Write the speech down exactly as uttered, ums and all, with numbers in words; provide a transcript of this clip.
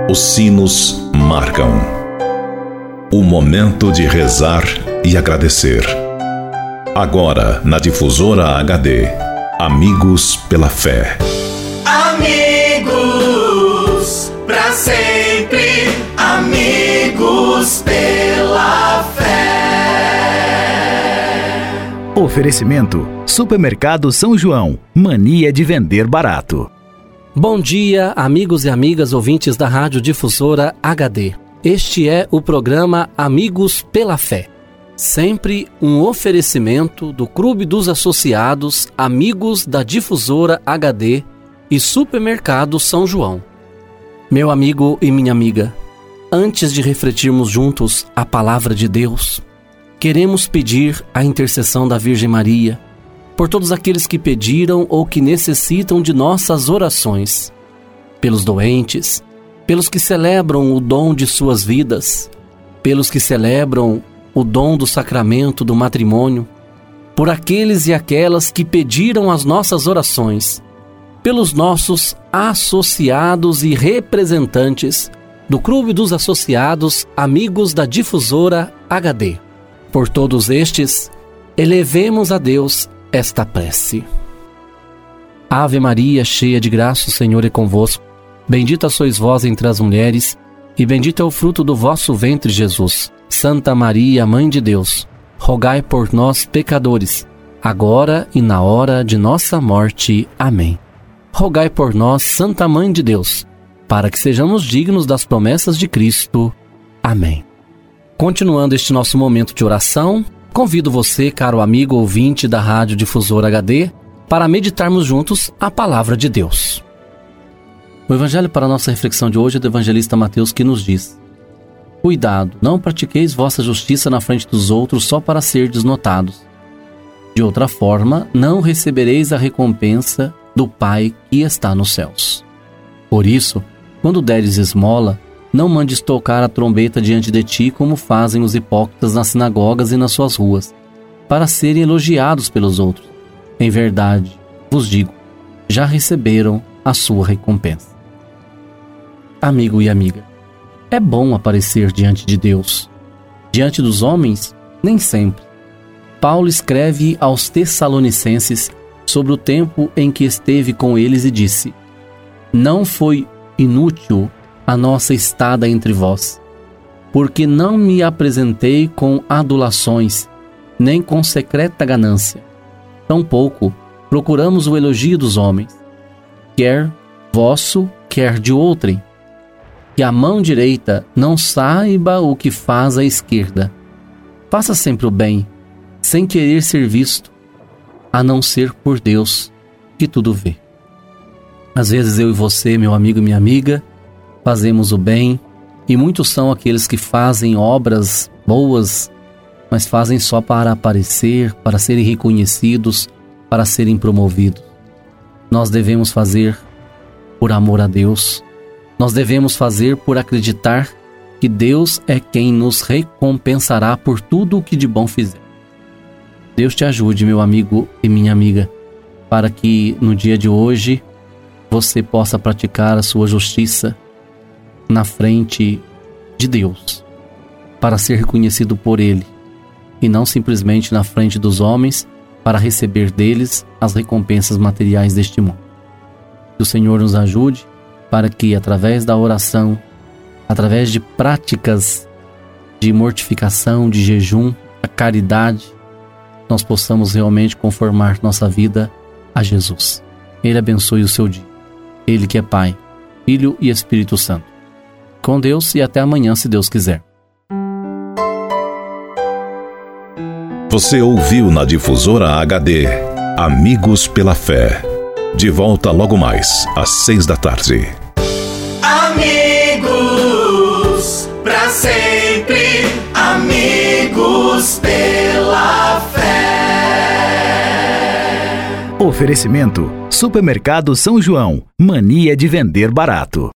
Os sinos marcam o momento de rezar e agradecer. Agora, na Difusora H D, Amigos pela Fé. Amigos, pra sempre, amigos pela fé. Oferecimento: Supermercado São João, mania de vender barato. Bom dia, amigos e amigas ouvintes da Rádio Difusora H D. Este é o programa Amigos pela Fé. Sempre um oferecimento do Clube dos Associados Amigos da Difusora H D e Supermercado São João. Meu amigo e minha amiga, antes de refletirmos juntos a palavra de Deus, queremos pedir a intercessão da Virgem Maria por todos aqueles que pediram ou que necessitam de nossas orações, pelos doentes, pelos que celebram o dom de suas vidas, pelos que celebram o dom do sacramento do matrimônio, por aqueles e aquelas que pediram as nossas orações, pelos nossos associados e representantes do Clube dos Associados Amigos da Difusora H D. Por todos estes, elevemos a Deus esta prece. Ave Maria, cheia de graça, o Senhor é convosco. Bendita sois vós entre as mulheres, e bendito é o fruto do vosso ventre, Jesus. Santa Maria, Mãe de Deus, rogai por nós, pecadores, agora e na hora de nossa morte. Amém. Rogai por nós, Santa Mãe de Deus, para que sejamos dignos das promessas de Cristo. Amém. Continuando este nosso momento de oração, convido você, caro amigo ouvinte da Rádio Difusora H D, para meditarmos juntos a palavra de Deus. O evangelho para a nossa reflexão de hoje é do evangelista Mateus, que nos diz: Cuidado, não pratiqueis vossa justiça na frente dos outros só para serdes notados. De outra forma, não recebereis a recompensa do Pai que está nos céus. Por isso, quando deres esmola, não mandes tocar a trombeta diante de ti, como fazem os hipócritas nas sinagogas e nas suas ruas, para serem elogiados pelos outros. Em verdade, vos digo, já receberam a sua recompensa. Amigo e amiga, é bom aparecer diante de Deus. Diante dos homens, nem sempre. Paulo escreve aos Tessalonicenses sobre o tempo em que esteve com eles e disse: Não foi inútil a nossa estada entre vós, porque não me apresentei com adulações, nem com secreta ganância. Tampouco procuramos o elogio dos homens, quer vosso, quer de outrem. Que a mão direita não saiba o que faz a esquerda. Faça sempre o bem, sem querer ser visto, a não ser por Deus, que tudo vê. Às vezes eu e você, meu amigo e minha amiga, fazemos o bem, e muitos são aqueles que fazem obras boas, mas fazem só para aparecer, para serem reconhecidos, para serem promovidos. Nós devemos fazer por amor a Deus. Nós devemos fazer por acreditar que Deus é quem nos recompensará por tudo o que de bom fizer. Deus te ajude, meu amigo e minha amiga, para que no dia de hoje você possa praticar a sua justiça na frente de Deus, para ser reconhecido por Ele, e não simplesmente na frente dos homens, para receber deles as recompensas materiais deste mundo. Que o Senhor nos ajude para que, através da oração, através de práticas de mortificação, de jejum, da caridade, nós possamos realmente conformar nossa vida a Jesus. Ele abençoe o seu dia. Ele que é Pai, Filho e Espírito Santo. Com Deus e até amanhã, se Deus quiser. Você ouviu na Difusora H D Amigos pela Fé. De volta logo mais, às seis da tarde. Amigos, pra sempre, amigos pela fé. Oferecimento: Supermercado São João, mania de vender barato.